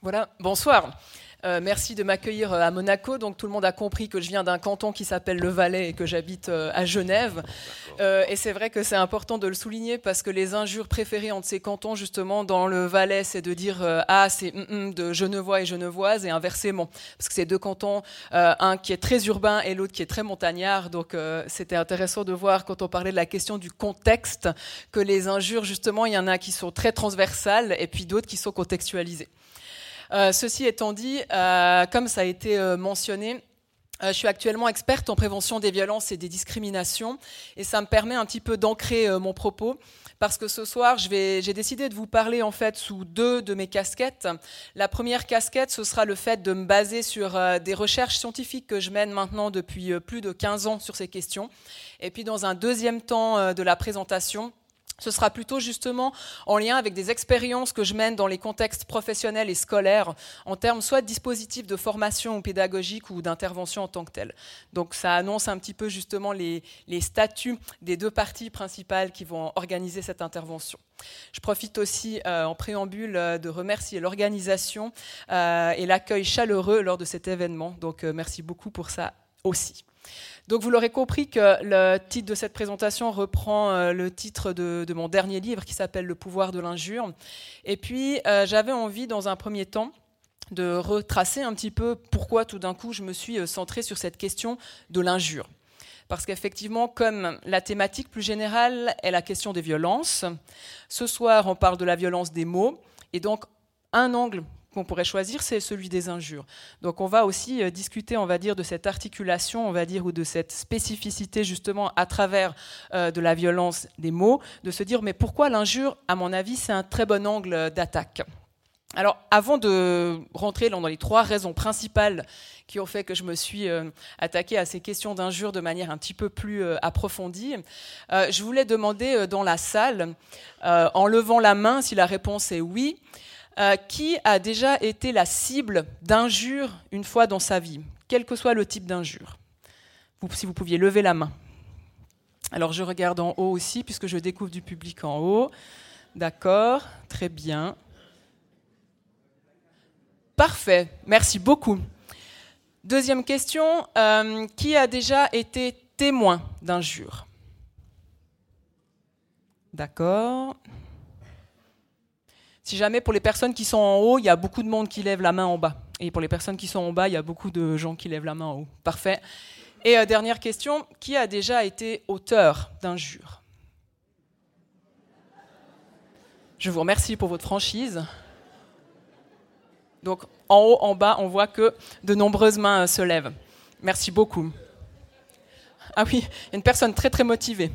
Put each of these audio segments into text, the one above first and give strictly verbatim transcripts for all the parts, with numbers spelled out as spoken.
Voilà, bonsoir. Euh, merci de m'accueillir à Monaco. Donc tout le monde a compris que je viens d'un canton qui s'appelle le Valais et que j'habite euh, à Genève. Euh, et c'est vrai que c'est important de le souligner parce que les injures préférées entre ces cantons, justement, dans le Valais, c'est de dire euh, ah c'est mm, mm, de Genevois et Genevoises et inversement, parce que c'est deux cantons, euh, un qui est très urbain et l'autre qui est très montagnard. Donc euh, c'était intéressant de voir quand on parlait de la question du contexte que les injures, justement, il y en a qui sont très transversales et puis d'autres qui sont contextualisées. Euh, ceci étant dit, euh, comme ça a été euh, mentionné, euh, je suis actuellement experte en prévention des violences et des discriminations et ça me permet un petit peu d'ancrer euh, mon propos parce que ce soir, je vais, j'ai décidé de vous parler en fait sous deux de mes casquettes. La première casquette, ce sera le fait de me baser sur euh, des recherches scientifiques que je mène maintenant depuis euh, plus de quinze ans sur ces questions. Et puis dans un deuxième temps euh, de la présentation, ce sera plutôt justement en lien avec des expériences que je mène dans les contextes professionnels et scolaires, en termes soit de dispositifs de formation ou pédagogique ou d'intervention en tant que tel. Donc ça annonce un petit peu justement les, les statuts des deux parties principales qui vont organiser cette intervention. Je profite aussi euh, en préambule euh, de remercier l'organisation euh, et l'accueil chaleureux lors de cet événement. Donc euh, merci beaucoup pour ça aussi. Donc vous l'aurez compris que le titre de cette présentation reprend euh, le titre de, de mon dernier livre qui s'appelle « Le pouvoir de l'injure ». Et puis euh, j'avais envie dans un premier temps de retracer un petit peu pourquoi tout d'un coup je me suis centrée sur cette question de l'injure. Parce qu'effectivement, comme la thématique plus générale est la question des violences, ce soir on parle de la violence des mots et donc un angle qu'on pourrait choisir, c'est celui des injures. Donc on va aussi euh, discuter, on va dire, de cette articulation, on va dire, ou de cette spécificité justement à travers euh, de la violence des mots, de se dire, mais pourquoi l'injure, à mon avis, c'est un très bon angle d'attaque. Alors, avant de rentrer dans les trois raisons principales qui ont fait que je me suis euh, attaquée à ces questions d'injures de manière un petit peu plus euh, approfondie, euh, je voulais demander euh, dans la salle, euh, en levant la main, si la réponse est oui, Euh, qui a déjà été la cible d'injures une fois dans sa vie, quel que soit le type d'injure. Vous, si vous pouviez lever la main. Alors je regarde en haut aussi, puisque je découvre du public en haut. D'accord, très bien. Parfait, merci beaucoup. Deuxième question, euh, qui a déjà été témoin d'injures? D'accord. Si jamais pour les personnes qui sont en haut, il y a beaucoup de monde qui lève la main en bas. Et pour les personnes qui sont en bas, il y a beaucoup de gens qui lèvent la main en haut. Parfait. Et euh, dernière question, qui a déjà été auteur d'injures? Je vous remercie pour votre franchise. Donc en haut, en bas, on voit que de nombreuses mains euh, se lèvent. Merci beaucoup. Ah oui, une personne très très motivée.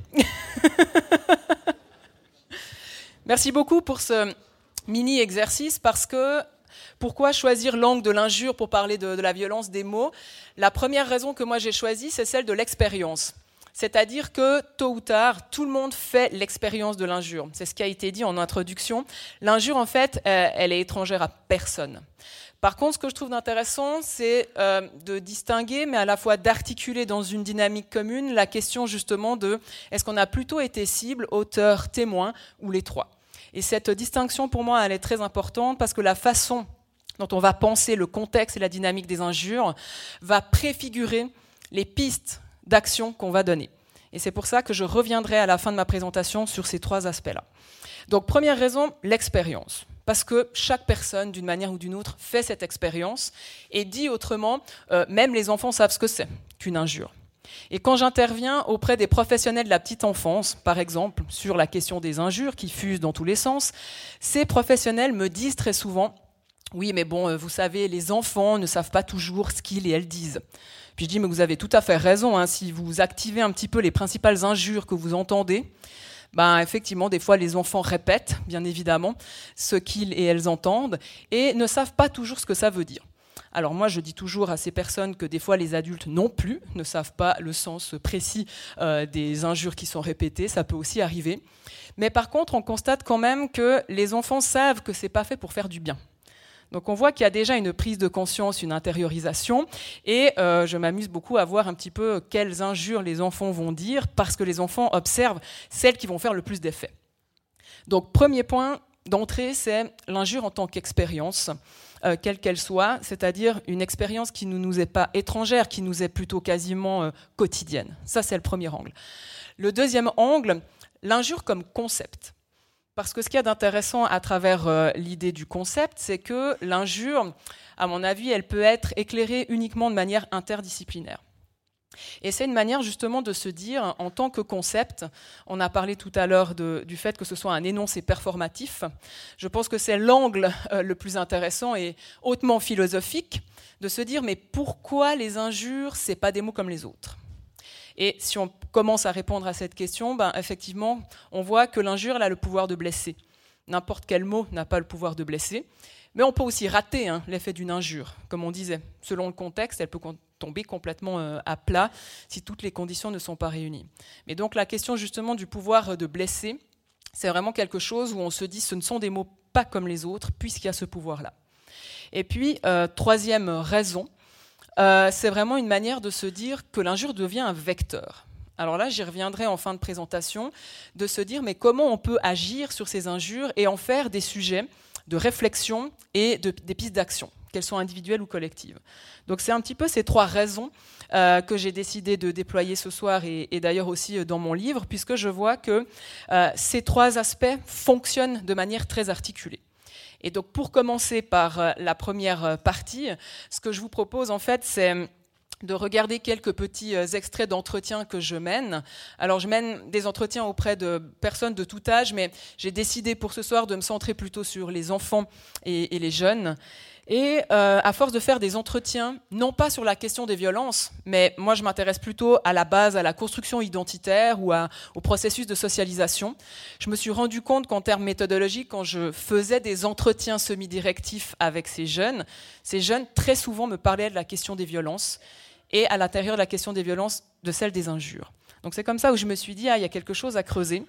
Merci beaucoup pour ce mini-exercice parce que pourquoi choisir l'angle de l'injure pour parler de, de la violence des mots? La première raison que moi j'ai choisie, c'est celle de l'expérience. C'est-à-dire que tôt ou tard, tout le monde fait l'expérience de l'injure. C'est ce qui a été dit en introduction. L'injure, en fait, elle est étrangère à personne. Par contre, ce que je trouve intéressant, c'est euh, de distinguer, mais à la fois d'articuler dans une dynamique commune la question justement de est-ce qu'on a plutôt été cible, auteur, témoin ou les trois? Et cette distinction, pour moi, elle est très importante parce que la façon dont on va penser le contexte et la dynamique des injures va préfigurer les pistes d'action qu'on va donner. Et c'est pour ça que je reviendrai à la fin de ma présentation sur ces trois aspects-là. Donc, première raison, l'expérience. Parce que chaque personne, d'une manière ou d'une autre, fait cette expérience. Et dit autrement, euh, même les enfants savent ce que c'est qu'une injure. Et quand j'interviens auprès des professionnels de la petite enfance, par exemple, sur la question des injures qui fusent dans tous les sens, ces professionnels me disent très souvent « Oui, mais bon, vous savez, les enfants ne savent pas toujours ce qu'ils et elles disent. » Puis je dis « Mais vous avez tout à fait raison, hein, si vous activez un petit peu les principales injures que vous entendez, ben, effectivement, des fois, les enfants répètent, bien évidemment, ce qu'ils et elles entendent et ne savent pas toujours ce que ça veut dire. » Alors moi, je dis toujours à ces personnes que des fois, les adultes non plus ne savent pas le sens précis euh, des injures qui sont répétées. Ça peut aussi arriver. Mais par contre, on constate quand même que les enfants savent que c'est pas fait pour faire du bien. Donc on voit qu'il y a déjà une prise de conscience, une intériorisation. Et euh, je m'amuse beaucoup à voir un petit peu quelles injures les enfants vont dire parce que les enfants observent celles qui vont faire le plus d'effet. Donc premier point d'entrée, c'est l'injure en tant qu'expérience. euh, quelle qu'elle soit, c'est-à-dire une expérience qui ne nous est pas étrangère, qui nous est plutôt quasiment euh, quotidienne. Ça, c'est le premier angle. Le deuxième angle, l'injure comme concept. Parce que ce qu'il y a d'intéressant à travers euh, l'idée du concept, c'est que l'injure, à mon avis, elle peut être éclairée uniquement de manière interdisciplinaire. Et c'est une manière justement de se dire, en tant que concept, on a parlé tout à l'heure de, du fait que ce soit un énoncé performatif, je pense que c'est l'angle euh, le plus intéressant et hautement philosophique, de se dire mais pourquoi les injures, c'est pas des mots comme les autres ? Et si on commence à répondre à cette question, ben effectivement, on voit que l'injure elle a le pouvoir de blesser. N'importe quel mot n'a pas le pouvoir de blesser, mais on peut aussi rater hein, l'effet d'une injure, comme on disait. Selon le contexte, elle peut tomber complètement euh, à plat si toutes les conditions ne sont pas réunies. Mais donc la question justement du pouvoir de blesser, c'est vraiment quelque chose où on se dit ce ne sont des mots pas comme les autres, puisqu'il y a ce pouvoir-là. Et puis, euh, troisième raison, Euh, c'est vraiment une manière de se dire que l'injure devient un vecteur. Alors là, j'y reviendrai en fin de présentation, de se dire mais comment on peut agir sur ces injures et en faire des sujets de réflexion et de, des pistes d'action, qu'elles soient individuelles ou collectives. Donc c'est un petit peu ces trois raisons euh, que j'ai décidé de déployer ce soir et, et d'ailleurs aussi dans mon livre, puisque je vois que euh, ces trois aspects fonctionnent de manière très articulée. Et donc, pour commencer par la première partie, ce que je vous propose, en fait, c'est de regarder quelques petits extraits d'entretiens que je mène. Alors, je mène des entretiens auprès de personnes de tout âge, mais j'ai décidé pour ce soir de me centrer plutôt sur les enfants et, et les jeunes. Et euh, à force de faire des entretiens, non pas sur la question des violences, mais moi je m'intéresse plutôt à la base, à la construction identitaire ou à, au processus de socialisation, je me suis rendu compte qu'en termes méthodologiques, quand je faisais des entretiens semi-directifs avec ces jeunes, ces jeunes très souvent me parlaient de la question des violences et à l'intérieur de la question des violences, de celle des injures. Donc c'est comme ça où je me suis dit, ah, il y a quelque chose à creuser.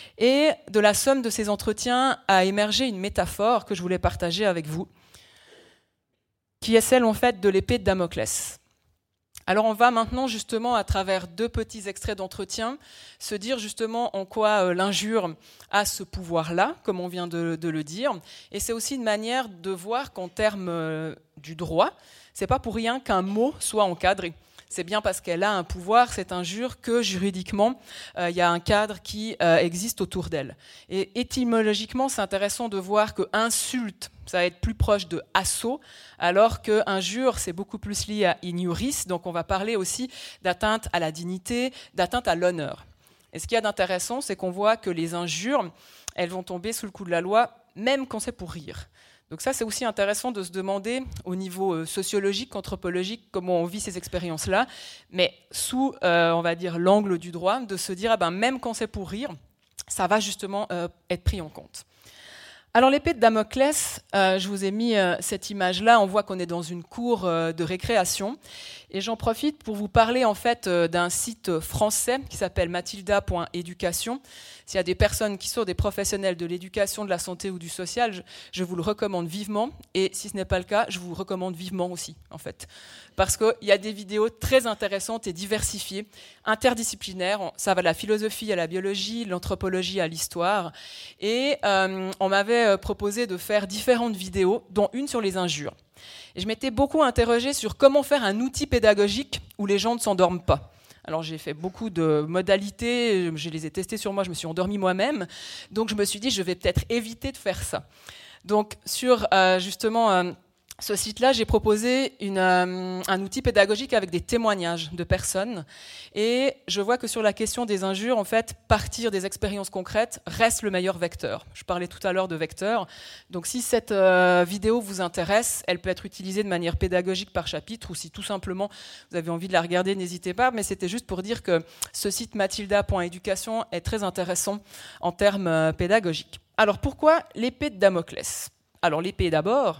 Et de la somme de ces entretiens a émergé une métaphore que je voulais partager avec vous, qui est celle en fait de l'épée de Damoclès. Alors on va maintenant justement à travers deux petits extraits d'entretien se dire justement en quoi euh, l'injure a ce pouvoir-là, comme on vient de, de le dire, et c'est aussi une manière de voir qu'en termes euh, du droit, c'est pas pour rien qu'un mot soit encadré. C'est bien parce qu'elle a un pouvoir, cette injure, que juridiquement, euh, il y a un cadre qui euh, existe autour d'elle. Et étymologiquement, c'est intéressant de voir que insulte, ça va être plus proche de assaut, alors que injure, c'est beaucoup plus lié à injuris. Donc on va parler aussi d'atteinte à la dignité, d'atteinte à l'honneur. Et ce qu'il y a d'intéressant, c'est qu'on voit que les injures, elles vont tomber sous le coup de la loi, même quand c'est pour rire. Donc ça, c'est aussi intéressant de se demander au niveau sociologique, anthropologique, comment on vit ces expériences-là, mais sous, euh, on va dire, l'angle du droit, de se dire, ah ben, même quand c'est pour rire, ça va justement euh, être pris en compte. Alors l'épée de Damoclès, euh, je vous ai mis euh, cette image-là, on voit qu'on est dans une cour euh, de récréation, et j'en profite pour vous parler en fait euh, d'un site français qui s'appelle mathilda point éducation. S'il y a des personnes qui sont des professionnels de l'éducation, de la santé ou du social, je, je vous le recommande vivement, et si ce n'est pas le cas, je vous recommande vivement aussi, en fait. Parce qu'il y a des vidéos très intéressantes et diversifiées, interdisciplinaires, ça va de la philosophie à la biologie, l'anthropologie à l'histoire, et euh, on m'avait proposé de faire différentes vidéos, dont une sur les injures. Et je m'étais beaucoup interrogée sur comment faire un outil pédagogique où les gens ne s'endorment pas. Alors j'ai fait beaucoup de modalités, je les ai testées sur moi, je me suis endormie moi-même, donc je me suis dit je vais peut-être éviter de faire ça. Donc sur euh, justement euh, ce site-là, j'ai proposé une, euh, un outil pédagogique avec des témoignages de personnes, et je vois que sur la question des injures, en fait, partir des expériences concrètes reste le meilleur vecteur. Je parlais tout à l'heure de vecteur, donc si cette euh, vidéo vous intéresse, elle peut être utilisée de manière pédagogique par chapitre, ou si tout simplement vous avez envie de la regarder, n'hésitez pas, mais c'était juste pour dire que ce site mathilda point éducation est très intéressant en termes euh, pédagogiques. Alors pourquoi l'épée de Damoclès ? Alors l'épée d'abord.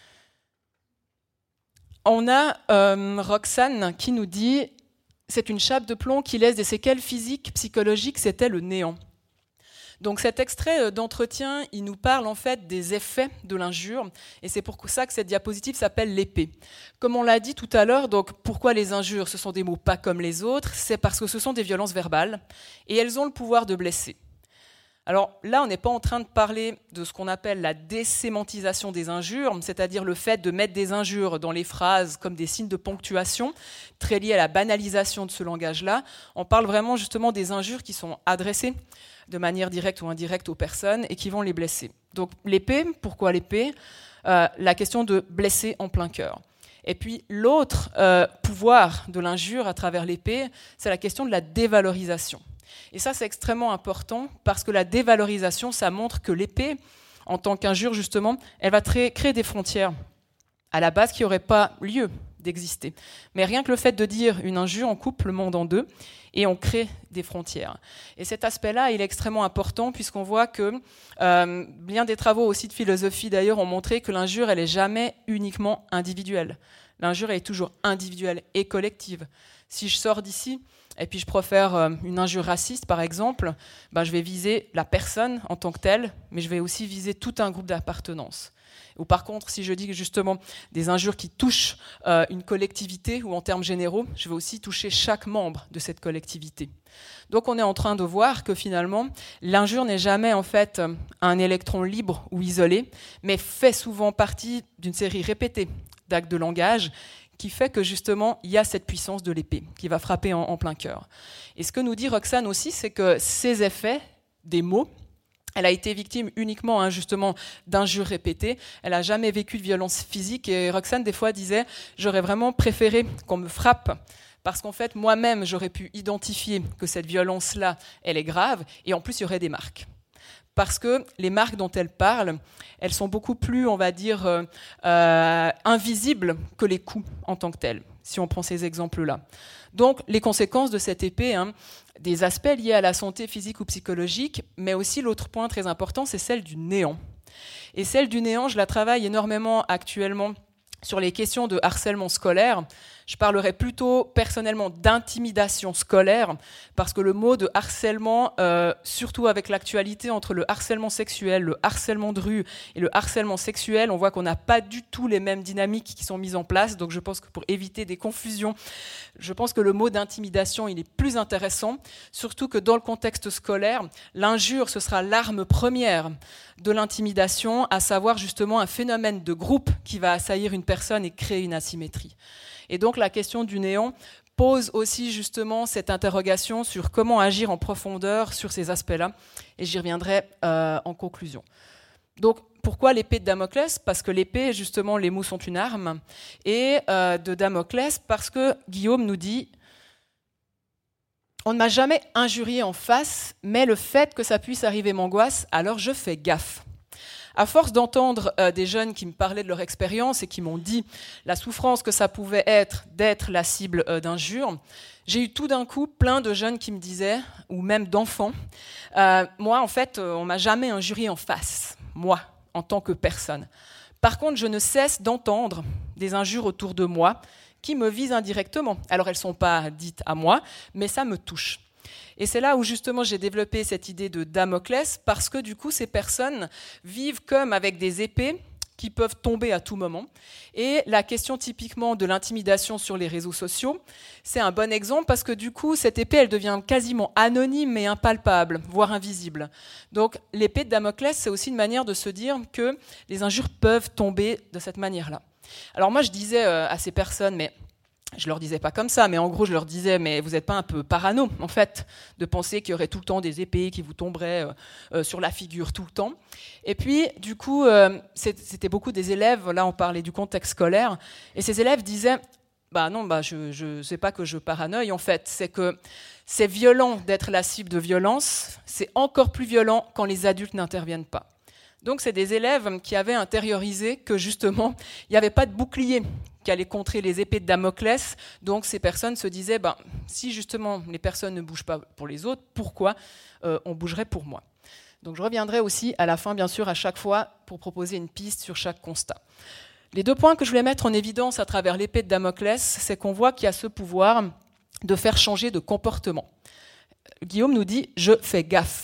On a euh, Roxane qui nous dit « C'est une chape de plomb qui laisse des séquelles physiques, psychologiques, c'était le néant ». Donc cet extrait d'entretien, il nous parle en fait des effets de l'injure, et c'est pour ça que cette diapositive s'appelle l'épée. Comme on l'a dit tout à l'heure, donc pourquoi les injures, ce sont des mots pas comme les autres ? C'est parce que ce sont des violences verbales, et elles ont le pouvoir de blesser. Alors là, on n'est pas en train de parler de ce qu'on appelle la désémantisation des injures, c'est-à-dire le fait de mettre des injures dans les phrases comme des signes de ponctuation, très liés à la banalisation de ce langage-là. On parle vraiment justement des injures qui sont adressées de manière directe ou indirecte aux personnes et qui vont les blesser. Donc l'épée, pourquoi l'épée ? euh, La question de blesser en plein cœur. Et puis l'autre euh, pouvoir de l'injure à travers l'épée, c'est la question de la dévalorisation. Et ça, c'est extrêmement important parce que la dévalorisation, ça montre que l'épée, en tant qu'injure, justement, elle va très, créer des frontières à la base qui n'auraient pas lieu d'exister. Mais rien que le fait de dire une injure, on coupe le monde en deux et on crée des frontières. Et cet aspect-là, il est extrêmement important puisqu'on voit que euh, bien des travaux aussi de philosophie, d'ailleurs, ont montré que l'injure, elle n'est jamais uniquement individuelle. L'injure, elle est toujours individuelle et collective. Si je sors d'ici et puis je profère une injure raciste, par exemple, ben je vais viser la personne en tant que telle, mais je vais aussi viser tout un groupe d'appartenance. Ou par contre, si je dis justement des injures qui touchent euh, une collectivité, ou en termes généraux, je vais aussi toucher chaque membre de cette collectivité. Donc on est en train de voir que finalement, l'injure n'est jamais en fait un électron libre ou isolé, mais fait souvent partie d'une série répétée d'actes de langage qui fait que justement, il y a cette puissance de l'épée qui va frapper en, en plein cœur. Et ce que nous dit Roxane aussi, c'est que ces effets des mots, elle a été victime uniquement hein, justement d'injures répétées, elle n'a jamais vécu de violence physique, et Roxane des fois disait « j'aurais vraiment préféré qu'on me frappe », parce qu'en fait, moi-même, j'aurais pu identifier que cette violence-là, elle est grave, et en plus, il y aurait des marques. Parce que les marques dont elle parle, elles sont beaucoup plus, on va dire, euh, euh, invisibles que les coups en tant que tels, si on prend ces exemples-là. Donc, les conséquences de cette épée, hein, des aspects liés à la santé physique ou psychologique, mais aussi l'autre point très important, c'est celle du néant. Et celle du néant, je la travaille énormément actuellement sur les questions de harcèlement scolaire. Je parlerai plutôt personnellement d'intimidation scolaire, parce que le mot de harcèlement, euh, surtout avec l'actualité entre le harcèlement sexuel, le harcèlement de rue et le harcèlement sexuel, on voit qu'on n'a pas du tout les mêmes dynamiques qui sont mises en place. Donc je pense que pour éviter des confusions, je pense que le mot d'intimidation, il est plus intéressant, surtout que dans le contexte scolaire, l'injure, ce sera l'arme première de l'intimidation, à savoir justement un phénomène de groupe qui va assaillir une personne et créer une asymétrie. Et donc la question du néant pose aussi justement cette interrogation sur comment agir en profondeur sur ces aspects-là, et j'y reviendrai euh, en conclusion. Donc pourquoi l'épée de Damoclès ? Parce que l'épée, justement, les mots sont une arme, et euh, de Damoclès parce que Guillaume nous dit « On ne m'a jamais injurié en face, mais le fait que ça puisse arriver m'angoisse, alors je fais gaffe ». À force d'entendre euh, des jeunes qui me parlaient de leur expérience et qui m'ont dit la souffrance que ça pouvait être d'être la cible euh, d'injures, j'ai eu tout d'un coup plein de jeunes qui me disaient, ou même d'enfants, euh, moi en fait, euh, on m'a jamais injurié en face, moi, en tant que personne. Par contre, je ne cesse d'entendre des injures autour de moi qui me visent indirectement. Alors elles ne sont pas dites à moi, mais ça me touche. Et c'est là où justement j'ai développé cette idée de Damoclès, parce que du coup ces personnes vivent comme avec des épées qui peuvent tomber à tout moment. Et la question typiquement de l'intimidation sur les réseaux sociaux, c'est un bon exemple parce que du coup cette épée elle devient quasiment anonyme et impalpable, voire invisible. Donc l'épée de Damoclès, c'est aussi une manière de se dire que les injures peuvent tomber de cette manière-là. Alors moi je disais à ces personnes, mais je leur disais pas comme ça, mais en gros, je leur disais, mais vous n'êtes pas un peu parano, en fait, de penser qu'il y aurait tout le temps des épées qui vous tomberaient euh, sur la figure tout le temps. Et puis, du coup, euh, c'était beaucoup des élèves, là, on parlait du contexte scolaire, et ces élèves disaient, bah non, bah je ne sais pas que je paranoïe, en fait, c'est que c'est violent d'être la cible de violence, c'est encore plus violent quand les adultes n'interviennent pas. Donc, c'est des élèves qui avaient intériorisé que, justement, il n'y avait pas de bouclier qui allait contrer les épées de Damoclès. Donc, ces personnes se disaient, ben, si, justement, les personnes ne bougent pas pour les autres, pourquoi euh, on bougerait pour moi ? Donc, je reviendrai aussi à la fin, bien sûr, à chaque fois, pour proposer une piste sur chaque constat. Les deux points que je voulais mettre en évidence à travers l'épée de Damoclès, c'est qu'on voit qu'il y a ce pouvoir de faire changer de comportement. Guillaume nous dit « je fais gaffe ».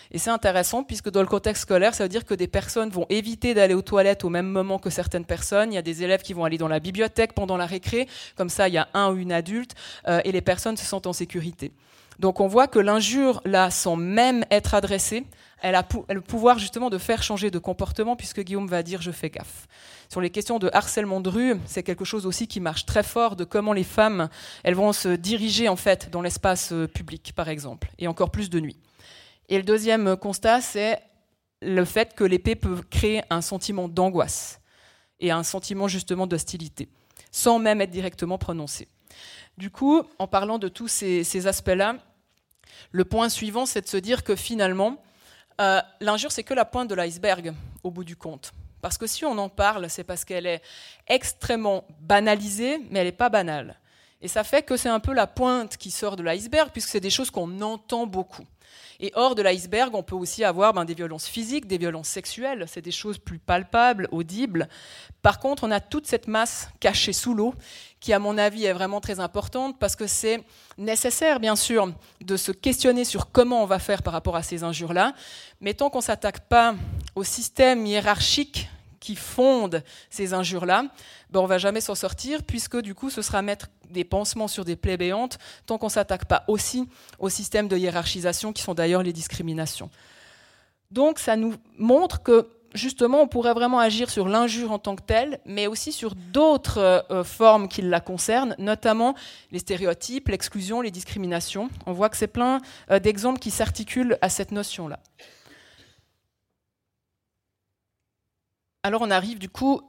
Et c'est intéressant puisque dans le contexte scolaire, ça veut dire que des personnes vont éviter d'aller aux toilettes au même moment que certaines personnes. Il y a des élèves qui vont aller dans la bibliothèque pendant la récré, comme ça il y a un ou une adulte, euh, et les personnes se sentent en sécurité. Donc on voit que l'injure, là, sans même être adressée, elle a le pouvoir justement de faire changer de comportement, puisque Guillaume va dire « je fais gaffe ». Sur les questions de harcèlement de rue, c'est quelque chose aussi qui marche très fort, de comment les femmes, elles vont se diriger en fait dans l'espace public, par exemple, et encore plus de nuit. Et le deuxième constat, c'est le fait que l'épée peut créer un sentiment d'angoisse et un sentiment justement d'hostilité, sans même être directement prononcé. Du coup, en parlant de tous ces, ces aspects-là, le point suivant, c'est de se dire que finalement, euh, l'injure, c'est que la pointe de l'iceberg, au bout du compte. Parce que si on en parle, c'est parce qu'elle est extrêmement banalisée, mais elle n'est pas banale. Et ça fait que c'est un peu la pointe qui sort de l'iceberg, puisque c'est des choses qu'on entend beaucoup. Et hors de l'iceberg, on peut aussi avoir ben, des violences physiques, des violences sexuelles, c'est des choses plus palpables, audibles. Par contre, on a toute cette masse cachée sous l'eau, qui à mon avis est vraiment très importante, parce que c'est nécessaire, bien sûr, de se questionner sur comment on va faire par rapport à ces injures-là, mais tant qu'on ne s'attaque pas au système hiérarchique qui fonde ces injures-là, ben on ne va jamais s'en sortir, puisque du coup, ce sera mettre des pansements sur des plaies béantes, tant qu'on ne s'attaque pas aussi au système de hiérarchisation, qui sont d'ailleurs les discriminations. Donc, ça nous montre que, justement, on pourrait vraiment agir sur l'injure en tant que telle, mais aussi sur d'autres euh, formes qui la concernent, notamment les stéréotypes, l'exclusion, les discriminations. On voit que c'est plein euh, d'exemples qui s'articulent à cette notion-là. Alors on arrive du coup,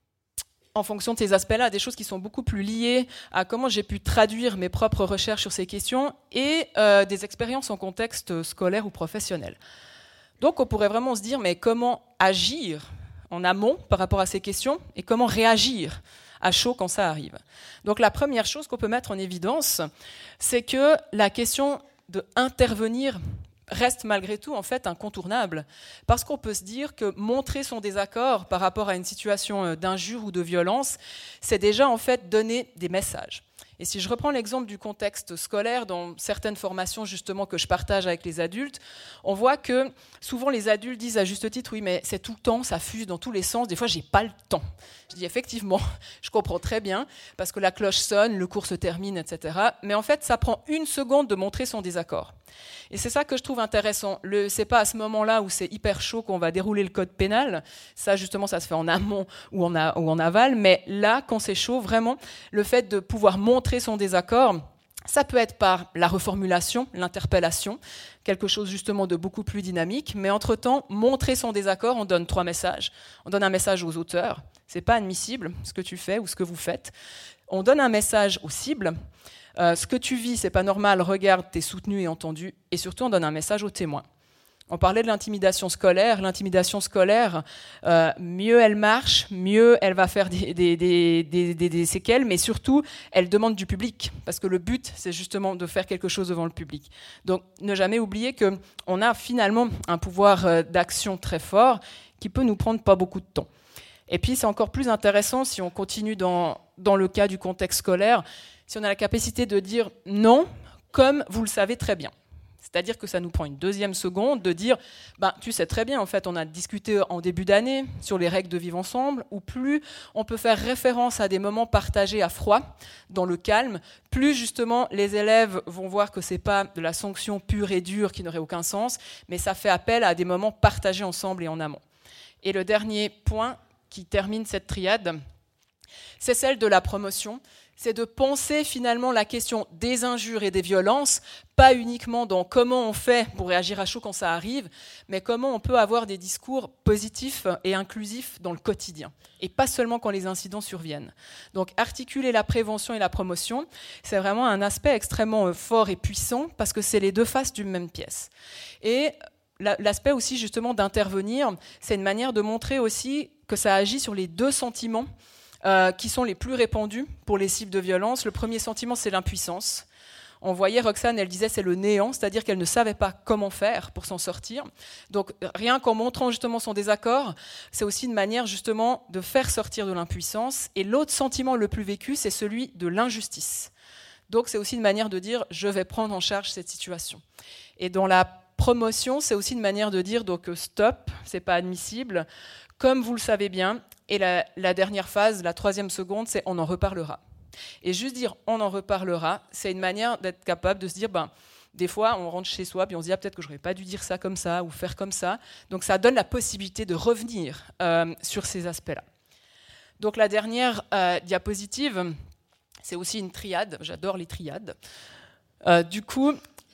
en fonction de ces aspects-là, à des choses qui sont beaucoup plus liées à comment j'ai pu traduire mes propres recherches sur ces questions et euh, des expériences en contexte scolaire ou professionnel. Donc on pourrait vraiment se dire, mais comment agir en amont par rapport à ces questions et comment réagir à chaud quand ça arrive. Donc la première chose qu'on peut mettre en évidence, c'est que la question d'intervenir reste malgré tout en fait incontournable, parce qu'on peut se dire que montrer son désaccord par rapport à une situation d'injure ou de violence, c'est déjà en fait donner des messages. Et si je reprends l'exemple du contexte scolaire, dans certaines formations justement que je partage avec les adultes, on voit que souvent les adultes disent à juste titre, oui mais c'est tout le temps, ça fuse dans tous les sens, des fois j'ai pas le temps. Je dis effectivement, je comprends très bien, parce que la cloche sonne, le cours se termine, et cetera. Mais en fait, ça prend une seconde de montrer son désaccord. Et c'est ça que je trouve intéressant. Ce n'est pas à ce moment-là où c'est hyper chaud qu'on va dérouler le code pénal. Ça, justement, ça se fait en amont ou en, a, ou en aval. Mais là, quand c'est chaud, vraiment, le fait de pouvoir montrer son désaccord, ça peut être par la reformulation, l'interpellation, quelque chose justement de beaucoup plus dynamique. Mais entre-temps, montrer son désaccord, on donne trois messages. On donne un message aux auteurs. Ce n'est pas admissible, ce que tu fais ou ce que vous faites. On donne un message aux cibles. Euh, ce que tu vis, c'est pas normal, regarde, t'es soutenu et entendu. Et surtout, on donne un message aux témoins. On parlait de l'intimidation scolaire. L'intimidation scolaire, euh, mieux elle marche, mieux elle va faire des, des, des, des, des, des séquelles, mais surtout, elle demande du public. Parce que le but, c'est justement de faire quelque chose devant le public. Donc, ne jamais oublier qu'on a finalement un pouvoir d'action très fort qui peut nous prendre pas beaucoup de temps. Et puis, c'est encore plus intéressant si on continue dans, dans le cas du contexte scolaire, si on a la capacité de dire non, comme vous le savez très bien. C'est-à-dire que ça nous prend une deuxième seconde de dire ben, « tu sais très bien, en fait, on a discuté en début d'année sur les règles de vivre ensemble », ou plus on peut faire référence à des moments partagés à froid, dans le calme, plus justement les élèves vont voir que ce n'est pas de la sanction pure et dure qui n'aurait aucun sens, mais ça fait appel à des moments partagés ensemble et en amont. Et le dernier point qui termine cette triade, c'est celle de la promotion. C'est de penser finalement la question des injures et des violences, pas uniquement dans comment on fait pour réagir à chaud quand ça arrive, mais comment on peut avoir des discours positifs et inclusifs dans le quotidien, et pas seulement quand les incidents surviennent. Donc articuler la prévention et la promotion, c'est vraiment un aspect extrêmement fort et puissant, parce que c'est les deux faces d'une même pièce. Et l'aspect aussi justement d'intervenir, c'est une manière de montrer aussi que ça agit sur les deux sentiments Euh, qui sont les plus répandus pour les cibles de violence. Le premier sentiment, c'est l'impuissance. On voyait, Roxane, elle disait, c'est le néant, c'est-à-dire qu'elle ne savait pas comment faire pour s'en sortir. Donc, rien qu'en montrant justement son désaccord, c'est aussi une manière justement de faire sortir de l'impuissance. Et l'autre sentiment le plus vécu, c'est celui de l'injustice. Donc, c'est aussi une manière de dire, je vais prendre en charge cette situation. Et dans la promotion, c'est aussi une manière de dire donc stop, c'est pas admissible, comme vous le savez bien. Et la, la dernière phase, la troisième seconde, c'est on en reparlera. Et juste dire on en reparlera, c'est une manière d'être capable de se dire, ben, des fois on rentre chez soi puis on se dit ah, peut-être que j'aurais pas dû dire ça comme ça ou faire comme ça. Donc ça donne la possibilité de revenir euh, sur ces aspects-là. Donc la dernière euh, diapositive, c'est aussi une triade. J'adore les triades. Euh, du coup,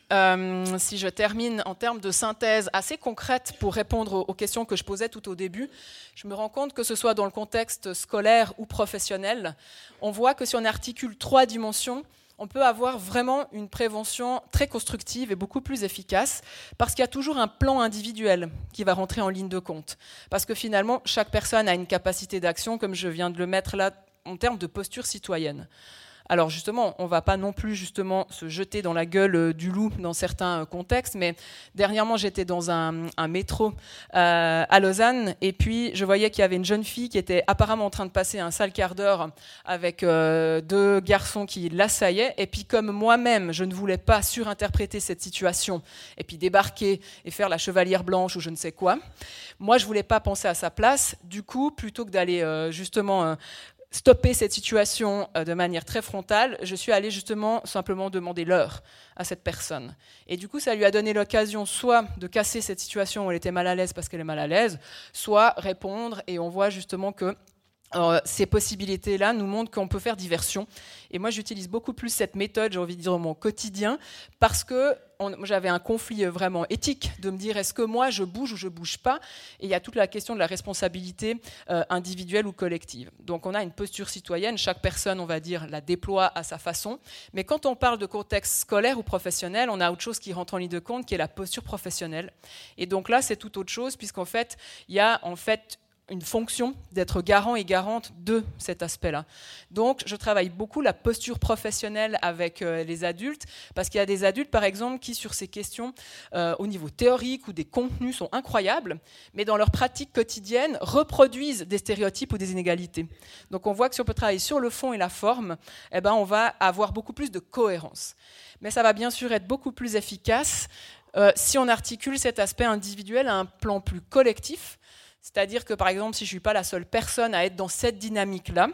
Euh, si je termine en termes de synthèse assez concrète pour répondre aux, aux questions que je posais tout au début, je me rends compte que ce soit dans le contexte scolaire ou professionnel, on voit que si on articule trois dimensions, on peut avoir vraiment une prévention très constructive et beaucoup plus efficace parce qu'il y a toujours un plan individuel qui va rentrer en ligne de compte. Parce que finalement, chaque personne a une capacité d'action, comme je viens de le mettre là, en termes de posture citoyenne. Alors justement, on ne va pas non plus justement se jeter dans la gueule du loup dans certains contextes, mais dernièrement j'étais dans un, un métro euh, à Lausanne et puis je voyais qu'il y avait une jeune fille qui était apparemment en train de passer un sale quart d'heure avec euh, deux garçons qui l'assaillaient et puis comme moi-même je ne voulais pas surinterpréter cette situation et puis débarquer et faire la chevalière blanche ou je ne sais quoi, moi je ne voulais pas penser à sa place, du coup plutôt que d'aller euh, justement... Euh, stopper cette situation de manière très frontale, je suis allée justement simplement demander l'heure à cette personne. Et du coup, ça lui a donné l'occasion soit de casser cette situation où elle était mal à l'aise parce qu'elle est mal à l'aise, soit répondre, et on voit justement que euh, ces possibilités-là nous montrent qu'on peut faire diversion. Et moi, j'utilise beaucoup plus cette méthode, j'ai envie de dire, dans mon quotidien, parce que on, j'avais un conflit vraiment éthique de me dire est-ce que moi je bouge ou je bouge pas, et il y a toute la question de la responsabilité euh, individuelle ou collective. Donc on a une posture citoyenne, chaque personne on va dire la déploie à sa façon, mais quand on parle de contexte scolaire ou professionnel, on a autre chose qui rentre en ligne de compte qui est la posture professionnelle, et donc là c'est tout autre chose puisqu'en fait il y a en fait une fonction d'être garant et garante de cet aspect-là. Donc, je travaille beaucoup la posture professionnelle avec euh, les adultes, parce qu'il y a des adultes, par exemple, qui, sur ces questions, euh, au niveau théorique ou des contenus, sont incroyables, mais dans leur pratique quotidienne, reproduisent des stéréotypes ou des inégalités. Donc, on voit que si on peut travailler sur le fond et la forme, eh ben, on va avoir beaucoup plus de cohérence. Mais ça va bien sûr être beaucoup plus efficace euh, si on articule cet aspect individuel à un plan plus collectif. C'est-à-dire que, par exemple, si je ne suis pas la seule personne à être dans cette dynamique-là,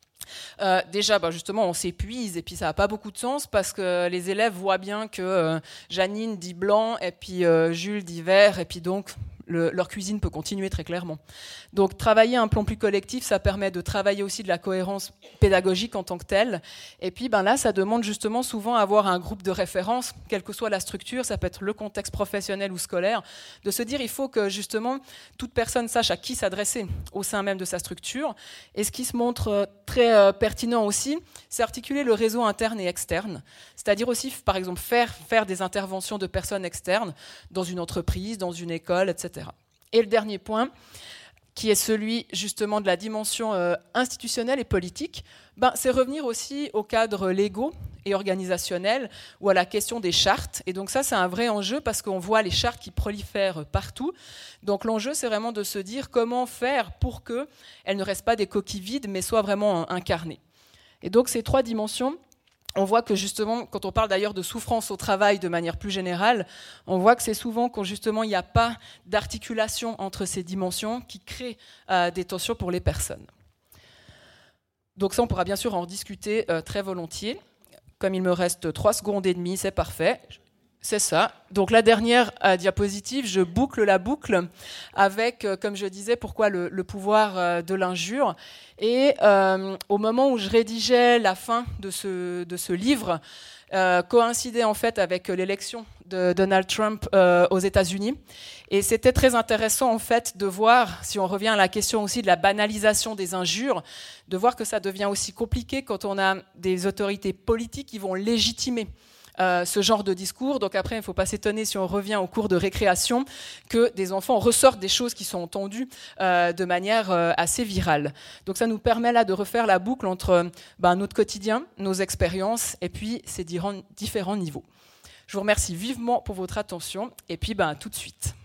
euh, déjà, bah, justement, on s'épuise et puis ça n'a pas beaucoup de sens parce que les élèves voient bien que euh, Janine dit blanc et puis euh, Jules dit vert et puis donc... Le, leur cuisine peut continuer très clairement. Donc travailler un plan plus collectif, ça permet de travailler aussi de la cohérence pédagogique en tant que telle. Et puis ben là, ça demande justement souvent avoir un groupe de référence, quelle que soit la structure, ça peut être le contexte professionnel ou scolaire, de se dire il faut que justement toute personne sache à qui s'adresser au sein même de sa structure. Et ce qui se montre très euh, pertinent aussi, c'est articuler le réseau interne et externe. C'est-à-dire aussi, par exemple, faire, faire des interventions de personnes externes dans une entreprise, dans une école, et cetera. Et le dernier point, qui est celui justement de la dimension euh, institutionnelle et politique, ben, c'est revenir aussi aux cadres légaux et organisationnels ou à la question des chartes. Et donc ça, c'est un vrai enjeu parce qu'on voit les chartes qui prolifèrent partout. Donc l'enjeu, c'est vraiment de se dire comment faire pour qu'elles ne restent pas des coquilles vides, mais soient vraiment incarnées. Et donc ces trois dimensions, on voit que justement, quand on parle d'ailleurs de souffrance au travail de manière plus générale, on voit que c'est souvent quand justement il n'y a pas d'articulation entre ces dimensions qui crée euh, des tensions pour les personnes. Donc ça, on pourra bien sûr en discuter euh, très volontiers. Comme il me reste trois secondes et demie, c'est parfait. C'est ça. Donc la dernière euh, diapositive, je boucle la boucle avec, euh, comme je disais, pourquoi le, le pouvoir euh, de l'injure. Et euh, au moment où je rédigeais la fin de ce, de ce livre, euh, coïncidait en fait avec l'élection de Donald Trump euh, aux États-Unis. Et c'était très intéressant en fait de voir, si on revient à la question aussi de la banalisation des injures, de voir que ça devient aussi compliqué quand on a des autorités politiques qui vont légitimer Euh, ce genre de discours. Donc après, il ne faut pas s'étonner si on revient au cours de récréation que des enfants ressortent des choses qui sont entendues euh, de manière euh, assez virale. Donc ça nous permet là de refaire la boucle entre ben, notre quotidien, nos expériences et puis ces différents niveaux. Je vous remercie vivement pour votre attention et puis ben, à tout de suite.